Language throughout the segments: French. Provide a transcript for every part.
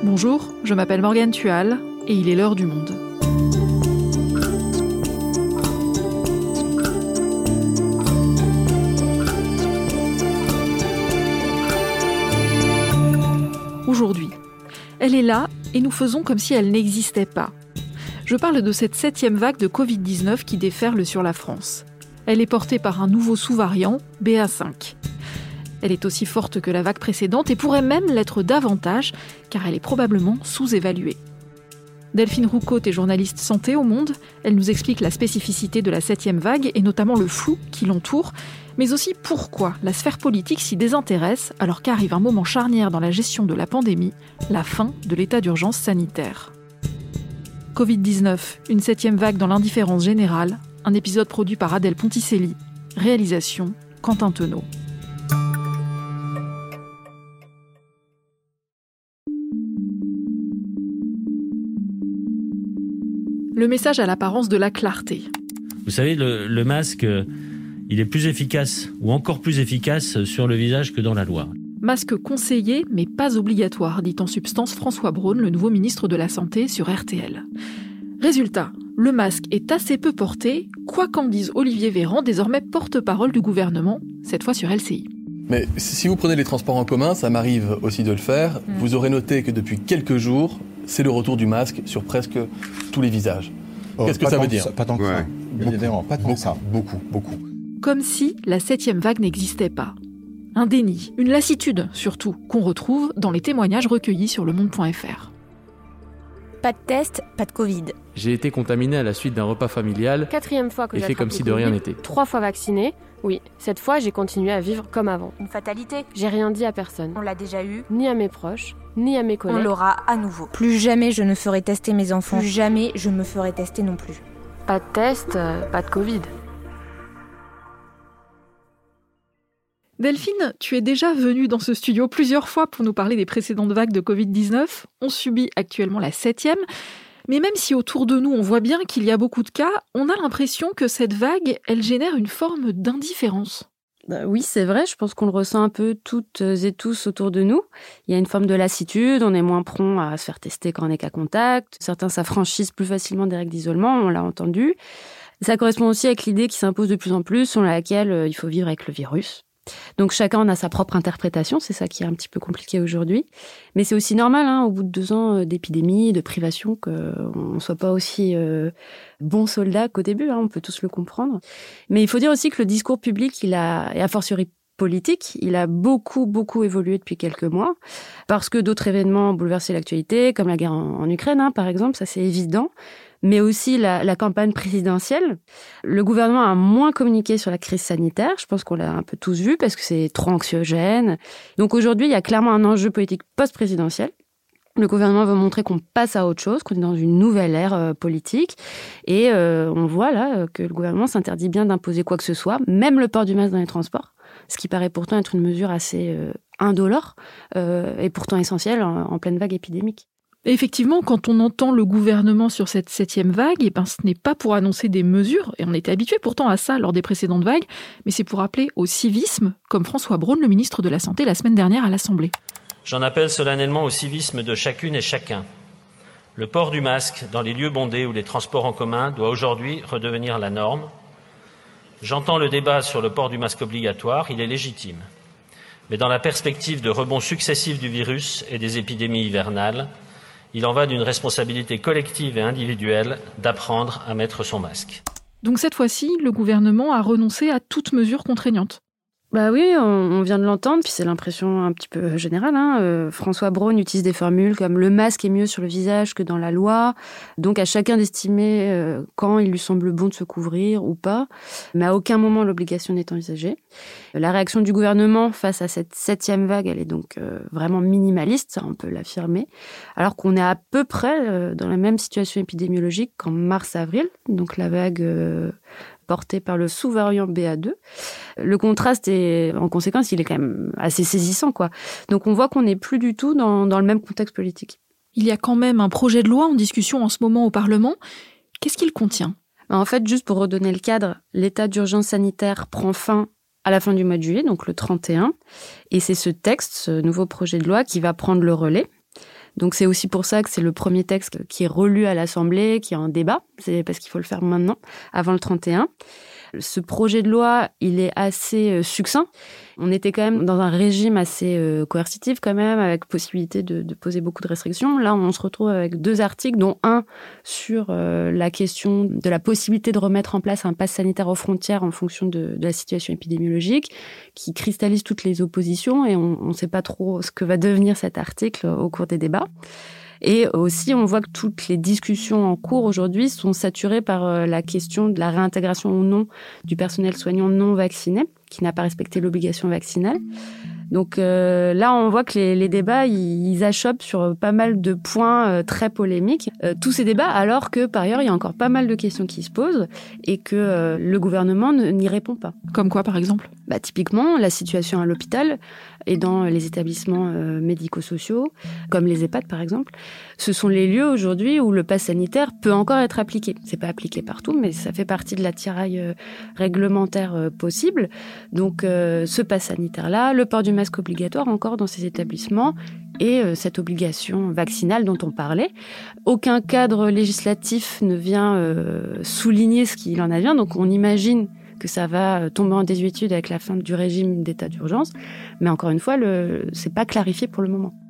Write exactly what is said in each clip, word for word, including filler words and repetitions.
Bonjour, je m'appelle Morgane Tual et il est l'heure du monde. Aujourd'hui, elle est là et nous faisons comme si elle n'existait pas. Je parle de cette septième vague de covid dix-neuf qui déferle sur la France. Elle est portée par un nouveau sous-variant, B A cinq. Elle est aussi forte que la vague précédente et pourrait même l'être davantage, car elle est probablement sous-évaluée. Delphine Roucaute est journaliste santé au Monde. Elle nous explique la spécificité de la septième vague et notamment le flou qui l'entoure, mais aussi pourquoi la sphère politique s'y désintéresse alors qu'arrive un moment charnière dans la gestion de la pandémie, la fin de l'état d'urgence sanitaire. covid dix-neuf, une septième vague dans l'indifférence générale, un épisode produit par Adèle Ponticelli, réalisation Quentin Tenot. Le message a l'apparence de la clarté. Vous savez, le, le masque, il est plus efficace, ou encore plus efficace sur le visage que dans la loi. Masque conseillé, mais pas obligatoire, dit en substance François Braun, le nouveau ministre de la Santé, sur R T L. Résultat, le masque est assez peu porté, quoi qu'en dise Olivier Véran, désormais porte-parole du gouvernement, cette fois sur L C I. Mais si vous prenez les transports en commun, ça m'arrive aussi de le faire, mmh. vous aurez noté que depuis quelques jours, c'est le retour du masque sur presque tous les visages. Oh, Qu'est-ce que ça veut dire ça, Pas tant que ouais. ça. Bien évidemment, pas tant que ça. Beaucoup, beaucoup. Comme si la septième vague n'existait pas. Un déni, une lassitude surtout, qu'on retrouve dans les témoignages recueillis sur le monde point f r. Pas de test, pas de Covid. J'ai été contaminé à la suite d'un repas familial. Quatrième fois que et fait comme si de rien n'était. Trois fois vacciné. Oui, cette fois, j'ai continué à vivre comme avant. Une fatalité. J'ai rien dit à personne. On l'a déjà eu. Ni à mes proches, ni à mes collègues. On l'aura à nouveau. Plus jamais je ne ferai tester mes enfants. Plus jamais je me ferai tester non plus. Pas de test, euh, pas de Covid. Delphine, tu es déjà venue dans ce studio plusieurs fois pour nous parler des précédentes vagues de covid dix-neuf. On subit actuellement la septième. Mais même si autour de nous, on voit bien qu'il y a beaucoup de cas, on a l'impression que cette vague, elle génère une forme d'indifférence. Oui, c'est vrai, je pense qu'on le ressent un peu toutes et tous autour de nous. Il y a une forme de lassitude, on est moins prompt à se faire tester quand on est cas contact. Certains s'affranchissent plus facilement des règles d'isolement, on l'a entendu. Ça correspond aussi avec l'idée qui s'impose de plus en plus, selon laquelle il faut vivre avec le virus. Donc chacun en a sa propre interprétation, c'est ça qui est un petit peu compliqué aujourd'hui. Mais c'est aussi normal, hein, au bout de deux ans d'épidémie, de privation, qu'on ne soit pas aussi euh, bon soldat qu'au début, hein, on peut tous le comprendre. Mais il faut dire aussi que le discours public, il a, et a fortiori politique, il a beaucoup, beaucoup évolué depuis quelques mois, parce que d'autres événements ont bouleversé l'actualité, comme la guerre en, en Ukraine, hein, par exemple, ça c'est évident. Mais aussi la, la campagne présidentielle. Le gouvernement a moins communiqué sur la crise sanitaire, je pense qu'on l'a un peu tous vu, parce que c'est trop anxiogène. Donc aujourd'hui, il y a clairement un enjeu politique post-présidentiel. Le gouvernement veut montrer qu'on passe à autre chose, qu'on est dans une nouvelle ère euh, politique. Et euh, on voit là que le gouvernement s'interdit bien d'imposer quoi que ce soit, même le port du masque dans les transports, ce qui paraît pourtant être une mesure assez euh, indolore euh, et pourtant essentielle en, en pleine vague épidémique. Et effectivement, quand on entend le gouvernement sur cette septième vague, eh ben, ce n'est pas pour annoncer des mesures, et on était habitué pourtant à ça lors des précédentes vagues, mais c'est pour appeler au civisme, comme François Braun, le ministre de la Santé, la semaine dernière à l'Assemblée. J'en appelle solennellement au civisme de chacune et chacun. Le port du masque dans les lieux bondés ou les transports en commun doit aujourd'hui redevenir la norme. J'entends le débat sur le port du masque obligatoire, il est légitime. Mais dans la perspective de rebonds successifs du virus et des épidémies hivernales, il en va d'une responsabilité collective et individuelle d'apprendre à mettre son masque. Donc cette fois-ci, le gouvernement a renoncé à toute mesure contraignante. Bah oui, on, on vient de l'entendre, puis c'est l'impression un petit peu générale. Hein. Euh, François Braun utilise des formules comme « le masque est mieux sur le visage que dans la loi », donc à chacun d'estimer euh, quand il lui semble bon de se couvrir ou pas, mais à aucun moment l'obligation n'est envisagée. La réaction du gouvernement face à cette septième vague, elle est donc euh, vraiment minimaliste, ça on peut l'affirmer, alors qu'on est à peu près euh, dans la même situation épidémiologique qu'en mars-avril, donc la vague euh, portée par le sous-variant B A deux. Le contraste est, en conséquence, il est quand même assez saisissant, quoi. Donc on voit qu'on n'est plus du tout dans, dans le même contexte politique. Il y a quand même un projet de loi en discussion en ce moment au Parlement. Qu'est-ce qu'il contient ? En fait, juste pour redonner le cadre, l'état d'urgence sanitaire prend fin à la fin du mois de juillet, donc le trente et un. Et c'est ce texte, ce nouveau projet de loi, qui va prendre le relais. Donc c'est aussi pour ça que c'est le premier texte qui est relu à l'Assemblée, qui est en débat. C'est parce qu'il faut le faire maintenant, avant le trente et un. Ce projet de loi, il est assez succinct. On était quand même dans un régime assez coercitif quand même, avec possibilité de, de poser beaucoup de restrictions. Là, on se retrouve avec deux articles, dont un sur la question de la possibilité de remettre en place un pass sanitaire aux frontières en fonction de, de la situation épidémiologique, qui cristallise toutes les oppositions et on ne sait pas trop ce que va devenir cet article au cours des débats. Et aussi, on voit que toutes les discussions en cours aujourd'hui sont saturées par la question de la réintégration ou non du personnel soignant non vacciné, qui n'a pas respecté l'obligation vaccinale. Donc euh, là, on voit que les, les débats, ils, ils achoppent sur pas mal de points euh, très polémiques. Euh, tous ces débats, alors que par ailleurs, il y a encore pas mal de questions qui se posent et que euh, le gouvernement ne, n'y répond pas. Comme quoi, par exemple ? Bah, typiquement, la situation à l'hôpital et dans les établissements euh, médico-sociaux, comme les EHPAD par exemple, ce sont les lieux aujourd'hui où le pass sanitaire peut encore être appliqué. C'est pas appliqué partout, mais ça fait partie de l'attirail euh, réglementaire euh, possible. Donc, euh, ce pass sanitaire-là, le port du masque obligatoire encore dans ces établissements et euh, cette obligation vaccinale dont on parlait. Aucun cadre législatif ne vient euh, souligner ce qu'il en advient, donc on imagine que ça va tomber en désuétude avec la fin du régime d'état d'urgence, mais encore une fois, le, c'est pas clarifié pour le moment.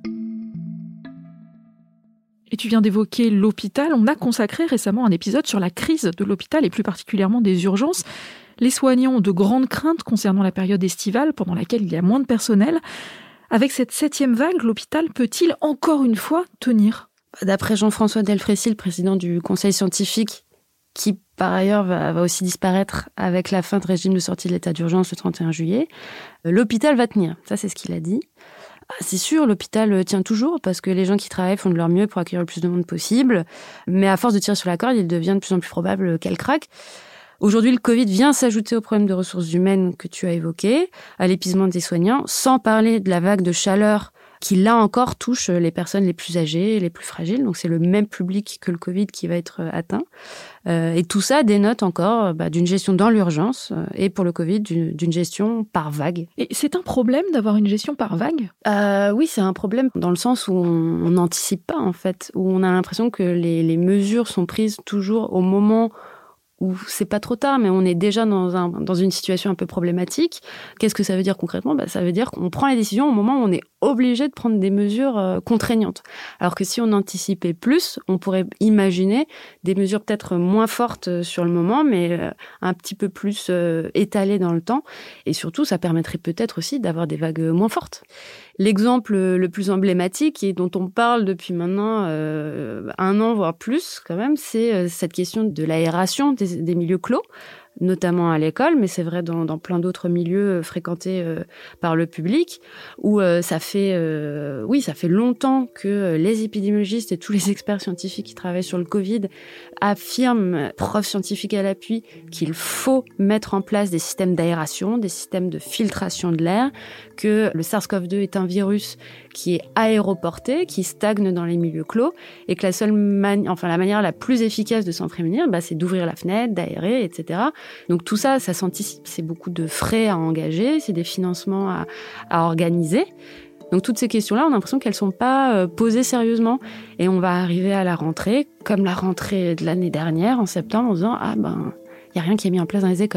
Et tu viens d'évoquer l'hôpital. On a consacré récemment un épisode sur la crise de l'hôpital et plus particulièrement des urgences. Les soignants ont de grandes craintes concernant la période estivale, pendant laquelle il y a moins de personnel. Avec cette septième vague, l'hôpital peut-il encore une fois tenir ? D'après Jean-François Delfrécy, le président du conseil scientifique, qui par ailleurs va, va aussi disparaître avec la fin de régime de sortie de l'état d'urgence le trente et un juillet, l'hôpital va tenir. Ça, c'est ce qu'il a dit. C'est sûr, l'hôpital tient toujours parce que les gens qui travaillent font de leur mieux pour accueillir le plus de monde possible. Mais à force de tirer sur la corde, il devient de plus en plus probable qu'elle craque. Aujourd'hui, le Covid vient s'ajouter au problème de ressources humaines que tu as évoqué, à l'épuisement des soignants, sans parler de la vague de chaleur qui, là encore, touche les personnes les plus âgées et les plus fragiles. Donc, c'est le même public que le Covid qui va être atteint. Euh, et tout ça dénote encore bah, d'une gestion dans l'urgence euh, et pour le Covid, d'une, d'une gestion par vague. Et c'est un problème d'avoir une gestion par vague ? euh, Oui, c'est un problème dans le sens où on n'anticipe pas, en fait, où on a l'impression que les, les mesures sont prises toujours au moment où c'est pas trop tard, mais on est déjà dans, un, dans une situation un peu problématique. Qu'est-ce que ça veut dire concrètement ? Bah, ça veut dire qu'on prend les décisions au moment où on est obligé de prendre des mesures euh, contraignantes. Alors que si on anticipait plus, on pourrait imaginer des mesures peut-être moins fortes sur le moment, mais euh, un petit peu plus euh, étalées dans le temps. Et surtout, ça permettrait peut-être aussi d'avoir des vagues moins fortes. L'exemple le plus emblématique et dont on parle depuis maintenant euh, un an, voire plus quand même, c'est euh, cette question de l'aération des, des milieux clos, notamment à l'école, mais c'est vrai dans, dans plein d'autres milieux fréquentés euh, par le public, où euh, ça fait, euh, oui, ça fait longtemps que les épidémiologistes et tous les experts scientifiques qui travaillent sur le Covid affirment, preuves scientifiques à l'appui, qu'il faut mettre en place des systèmes d'aération, des systèmes de filtration de l'air, que le SARS-CoV deux est un virus qui est aéroporté, qui stagne dans les milieux clos, et que la seule mani- enfin la manière la plus efficace de s'en prémunir, bah, c'est d'ouvrir la fenêtre, d'aérer, et cetera. Donc tout ça, ça s'anticipe. C'est beaucoup de frais à engager, c'est des financements à, à organiser. Donc toutes ces questions-là, on a l'impression qu'elles ne sont pas euh, posées sérieusement. Et on va arriver à la rentrée, comme la rentrée de l'année dernière, en septembre, en disant « Ah ben, il n'y a rien qui est mis en place dans les écoles ».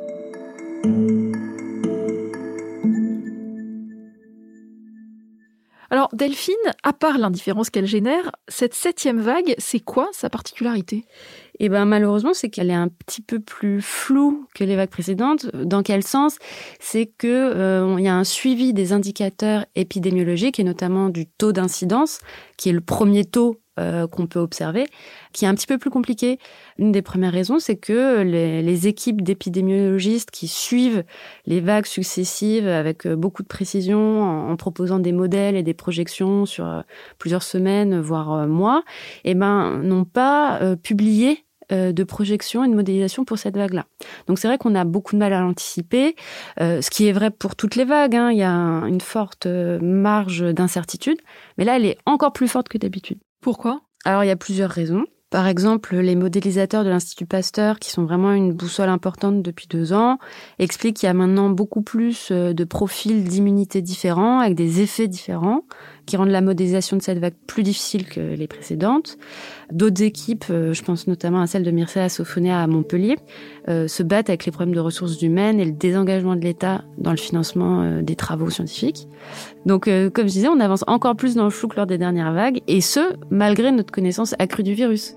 Alors Delphine, à part l'indifférence qu'elle génère, cette septième vague, c'est quoi sa particularité ? Eh ben malheureusement, c'est qu'elle est un petit peu plus floue que les vagues précédentes. Dans quel sens ? C'est que euh, il y a un suivi des indicateurs épidémiologiques et notamment du taux d'incidence, qui est le premier taux euh, qu'on peut observer, qui est un petit peu plus compliqué. Une des premières raisons, c'est que les, les équipes d'épidémiologistes qui suivent les vagues successives avec beaucoup de précision, en, en proposant des modèles et des projections sur euh, plusieurs semaines, voire euh, mois, eh ben n'ont pas euh, publié de projection et de modélisation pour cette vague-là. Donc c'est vrai qu'on a beaucoup de mal à l'anticiper, euh, ce qui est vrai pour toutes les vagues, hein. Il y a un, une forte marge d'incertitude, mais là elle est encore plus forte que d'habitude. Pourquoi ? Alors il y a plusieurs raisons. Par exemple, les modélisateurs de l'Institut Pasteur, qui sont vraiment une boussole importante depuis deux ans, expliquent qu'il y a maintenant beaucoup plus de profils d'immunité différents, avec des effets différents, qui rendent la modélisation de cette vague plus difficile que les précédentes. D'autres équipes, euh, je pense notamment à celle de Mircea Sofonea à Montpellier, euh, se battent avec les problèmes de ressources humaines et le désengagement de l'État dans le financement euh, des travaux scientifiques. Donc, euh, comme je disais, on avance encore plus dans le flou que lors des dernières vagues, et ce, malgré notre connaissance accrue du virus.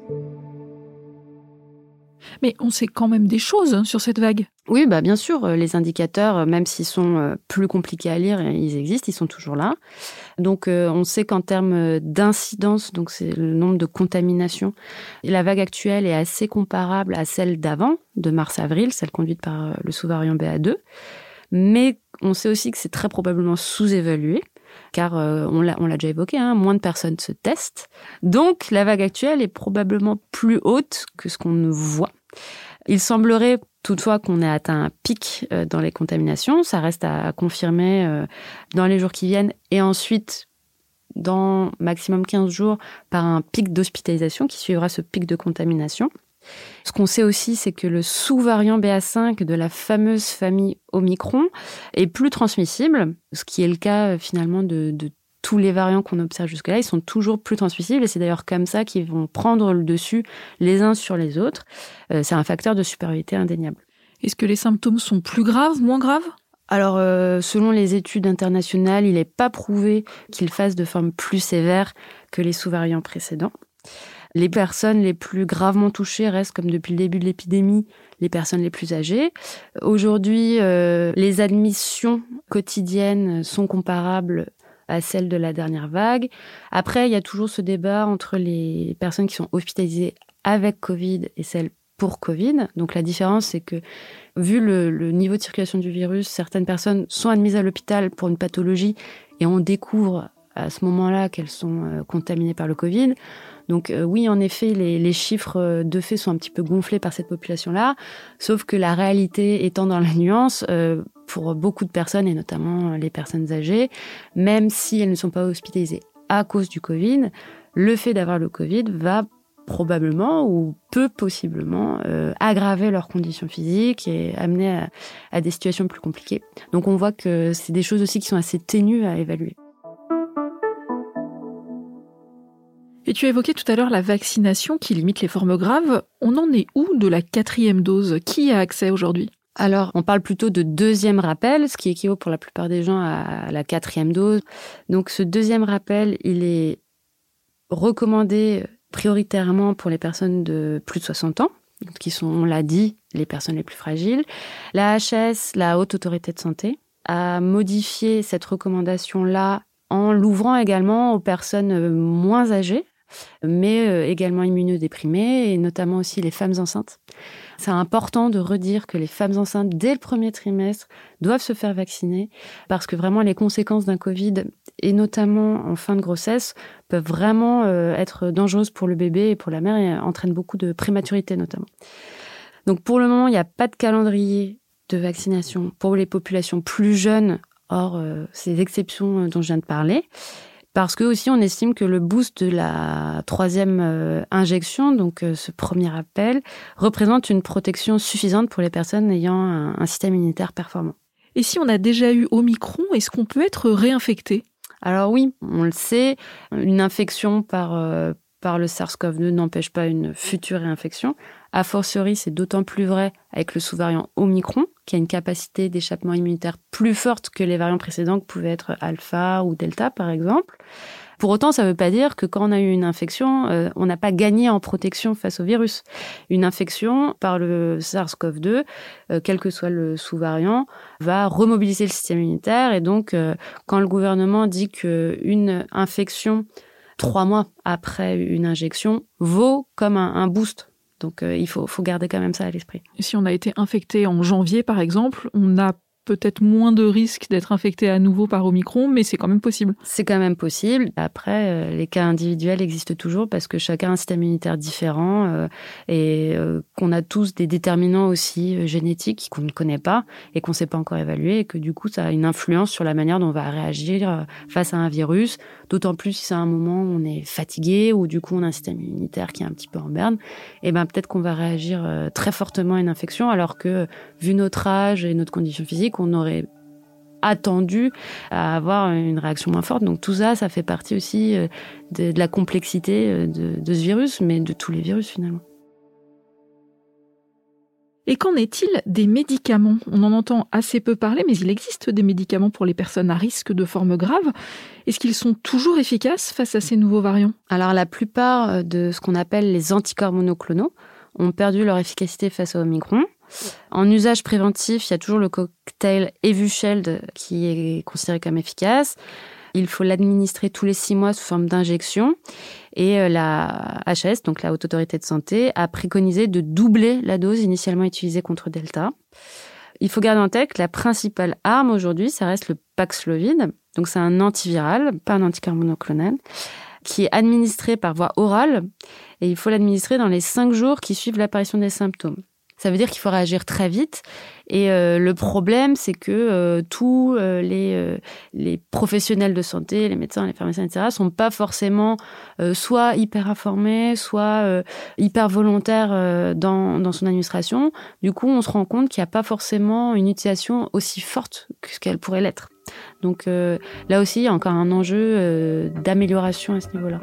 Mais on sait quand même des choses sur cette vague. Oui, bah bien sûr, les indicateurs, même s'ils sont plus compliqués à lire, ils existent, ils sont toujours là. Donc, euh, on sait qu'en termes d'incidence, donc c'est le nombre de contaminations, la vague actuelle est assez comparable à celle d'avant, de mars-avril, celle conduite par le sous-variant B A deux. Mais on sait aussi que c'est très probablement sous-évalué, car euh, on, l'a, on l'a déjà évoqué, hein, moins de personnes se testent. Donc, la vague actuelle est probablement plus haute que ce qu'on ne voit. Il semblerait toutefois qu'on ait atteint un pic euh, dans les contaminations. Ça reste à, à confirmer euh, dans les jours qui viennent. Et ensuite, dans maximum quinze jours, par un pic d'hospitalisation qui suivra ce pic de contamination. Ce qu'on sait aussi, c'est que le sous-variant B A cinq de la fameuse famille Omicron est plus transmissible, ce qui est le cas finalement de, de tous les variants qu'on observe jusque-là. Ils sont toujours plus transmissibles et c'est d'ailleurs comme ça qu'ils vont prendre le dessus les uns sur les autres. Euh, c'est un facteur de supériorité indéniable. Est-ce que les symptômes sont plus graves, moins graves ? Alors, euh, selon les études internationales, il n'est pas prouvé qu'ils fassent de forme plus sévère que les sous-variants précédents. Les personnes les plus gravement touchées restent, comme depuis le début de l'épidémie, les personnes les plus âgées. Aujourd'hui, euh, les admissions quotidiennes sont comparables à celles de la dernière vague. Après, il y a toujours ce débat entre les personnes qui sont hospitalisées avec Covid et celles pour Covid. Donc la différence, c'est que vu le, le niveau de circulation du virus, certaines personnes sont admises à l'hôpital pour une pathologie et on découvre à ce moment-là qu'elles sont euh, contaminées par le Covid. Donc euh, oui, en effet, les, les chiffres de fait sont un petit peu gonflés par cette population-là, sauf que la réalité étant dans la nuance, euh, pour beaucoup de personnes, et notamment les personnes âgées, même si elles ne sont pas hospitalisées à cause du Covid, le fait d'avoir le Covid va probablement ou peut possiblement euh, aggraver leurs conditions physiques et amener à, à des situations plus compliquées. Donc on voit que c'est des choses aussi qui sont assez ténues à évaluer. Et tu as évoqué tout à l'heure la vaccination qui limite les formes graves. On en est où de la quatrième dose ? Qui a accès aujourd'hui ? Alors, on parle plutôt de deuxième rappel, ce qui équivaut pour la plupart des gens à la quatrième dose. Donc, ce deuxième rappel, il est recommandé prioritairement pour les personnes de plus de soixante ans, qui sont, on l'a dit, les personnes les plus fragiles. La H S, la Haute Autorité de Santé, a modifié cette recommandation-là en l'ouvrant également aux personnes moins âgées, mais également immunodéprimées, et notamment aussi les femmes enceintes. C'est important de redire que les femmes enceintes, dès le premier trimestre, doivent se faire vacciner, parce que vraiment les conséquences d'un Covid, et notamment en fin de grossesse, peuvent vraiment être dangereuses pour le bébé et pour la mère, et entraînent beaucoup de prématurité notamment. Donc pour le moment, il n'y a pas de calendrier de vaccination pour les populations plus jeunes, hors euh, ces exceptions dont je viens de parler. Parce que aussi, on estime que le boost de la troisième euh, injection, donc euh, ce premier appel, représente une protection suffisante pour les personnes ayant un, un système immunitaire performant. Et si on a déjà eu Omicron, est-ce qu'on peut être réinfecté ? Alors oui, on le sait, une infection par, euh, par le SARS-CoV deux n'empêche pas une future réinfection. A fortiori, c'est d'autant plus vrai avec le sous-variant Omicron, qui a une capacité d'échappement immunitaire plus forte que les variants précédents, que pouvaient être Alpha ou Delta, par exemple. Pour autant, ça ne veut pas dire que quand on a eu une infection, euh, on n'a pas gagné en protection face au virus. Une infection par le SARS-CoV deux, euh, quel que soit le sous-variant, va remobiliser le système immunitaire. Et donc, euh, quand le gouvernement dit qu'une infection, trois mois après une injection, vaut comme un, un boost. Donc, euh, il faut, faut garder quand même ça à l'esprit. Et si on a été infecté en janvier, par exemple, on a peut-être moins de risques d'être infecté à nouveau par Omicron, mais c'est quand même possible. C'est quand même possible. Après, euh, les cas individuels existent toujours parce que chacun a un système immunitaire différent euh, et euh, qu'on a tous des déterminants aussi euh, génétiques qu'on ne connaît pas et qu'on ne sait pas encore évaluer et que du coup, ça a une influence sur la manière dont on va réagir euh, face à un virus, d'autant plus si c'est un moment où on est fatigué ou du coup, on a un système immunitaire qui est un petit peu en berne. Et ben peut-être qu'on va réagir euh, très fortement à une infection alors que, vu notre âge et notre condition physique, on aurait attendus à avoir une réaction moins forte. Donc tout ça, ça fait partie aussi de, de la complexité de, de ce virus, mais de tous les virus finalement. Et qu'en est-il des médicaments ? On en entend assez peu parler, mais il existe des médicaments pour les personnes à risque de formes graves. Est-ce qu'ils sont toujours efficaces face à ces nouveaux variants ? Alors la plupart de ce qu'on appelle les anticorps monoclonaux ont perdu leur efficacité face au Omicron. En usage préventif, il y a toujours le cocktail Evusheld qui est considéré comme efficace. Il faut l'administrer tous les six mois sous forme d'injection. Et la H S, donc la Haute Autorité de Santé, a préconisé de doubler la dose initialement utilisée contre Delta. Il faut garder en tête que la principale arme aujourd'hui, ça reste le Paxlovid. Donc c'est un antiviral, pas un anticorps monoclonal, qui est administré par voie orale. Et il faut l'administrer dans les cinq jours qui suivent l'apparition des symptômes. Ça veut dire qu'il faut réagir très vite. Et euh, le problème, c'est que euh, tous euh, les, euh, les professionnels de santé, les médecins, les pharmaciens, et cetera, sont pas forcément euh, soit hyper informés, soit euh, hyper volontaires euh, dans, dans son administration. Du coup, on se rend compte qu'il n'y a pas forcément une utilisation aussi forte que ce qu'elle pourrait l'être. Donc euh, là aussi, il y a encore un enjeu euh, d'amélioration à ce niveau-là.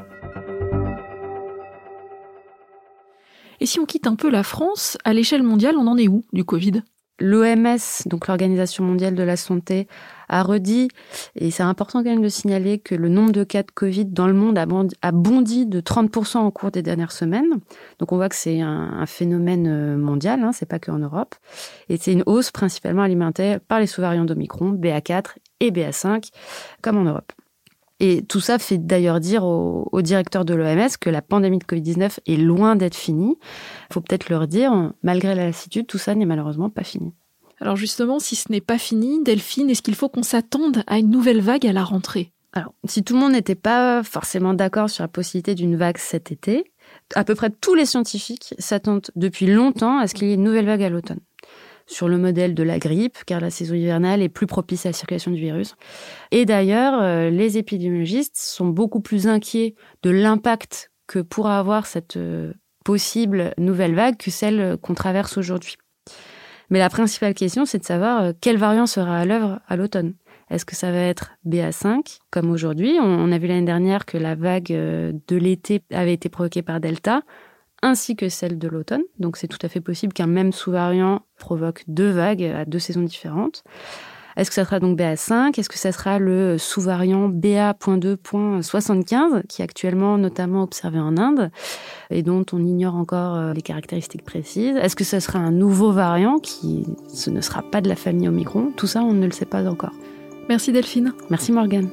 Et si on quitte un peu la France, à l'échelle mondiale, on en est où du Covid ? L'O M S, donc l'Organisation mondiale de la santé, a redit, et c'est important quand même de signaler que le nombre de cas de Covid dans le monde a bondi de trente pour cent au cours des dernières semaines. Donc on voit que c'est un, un phénomène mondial, hein, c'est pas qu'en Europe. Et c'est une hausse principalement alimentée par les sous-variants d'Omicron, B A quatre et B A cinq, comme en Europe. Et tout ça fait d'ailleurs dire au, au directeur de l'O M S que la pandémie de covid dix-neuf est loin d'être finie. Il faut peut-être leur dire, malgré la lassitude, tout ça n'est malheureusement pas fini. Alors justement, si ce n'est pas fini, Delphine, est-ce qu'il faut qu'on s'attende à une nouvelle vague à la rentrée ? Alors, si tout le monde n'était pas forcément d'accord sur la possibilité d'une vague cet été, à peu près tous les scientifiques s'attendent depuis longtemps à ce qu'il y ait une nouvelle vague à l'automne. Sur le modèle de la grippe, car la saison hivernale est plus propice à la circulation du virus. Et d'ailleurs, euh, les épidémiologistes sont beaucoup plus inquiets de l'impact que pourra avoir cette euh, possible nouvelle vague que celle qu'on traverse aujourd'hui. Mais la principale question, c'est de savoir euh, quel variant sera à l'œuvre à l'automne. Est-ce que ça va être B A cinq, comme aujourd'hui ? On, on a vu l'année dernière que la vague euh, de l'été avait été provoquée par Delta, ainsi que celle de l'automne. Donc c'est tout à fait possible qu'un même sous-variant provoque deux vagues à deux saisons différentes. Est-ce que ça sera donc B A cinq ? Est-ce que ça sera le sous-variant B A deux soixante-quinze, qui est actuellement notamment observé en Inde et dont on ignore encore les caractéristiques précises ? Est-ce que ça sera un nouveau variant qui ce ne sera pas de la famille Omicron ? Tout ça, on ne le sait pas encore. Merci Delphine. Merci Morgane.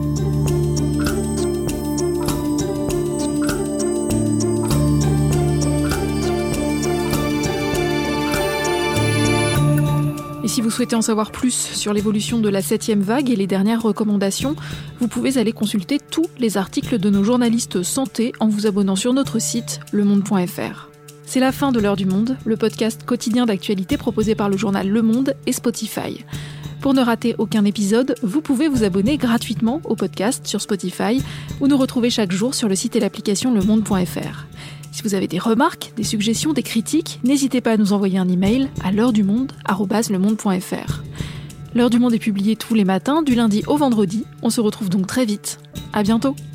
Et si vous souhaitez en savoir plus sur l'évolution de la septième vague et les dernières recommandations, vous pouvez aller consulter tous les articles de nos journalistes santé en vous abonnant sur notre site le monde point f r. C'est la fin de l'heure du monde, le podcast quotidien d'actualité proposé par le journal Le Monde et Spotify. Pour ne rater aucun épisode, vous pouvez vous abonner gratuitement au podcast sur Spotify ou nous retrouver chaque jour sur le site et l'application le monde point f r. Si vous avez des remarques, des suggestions, des critiques, n'hésitez pas à nous envoyer un email à l'heure du monde arobase le monde point f r. L'heure du monde est publiée tous les matins, du lundi au vendredi. On se retrouve donc très vite. À bientôt.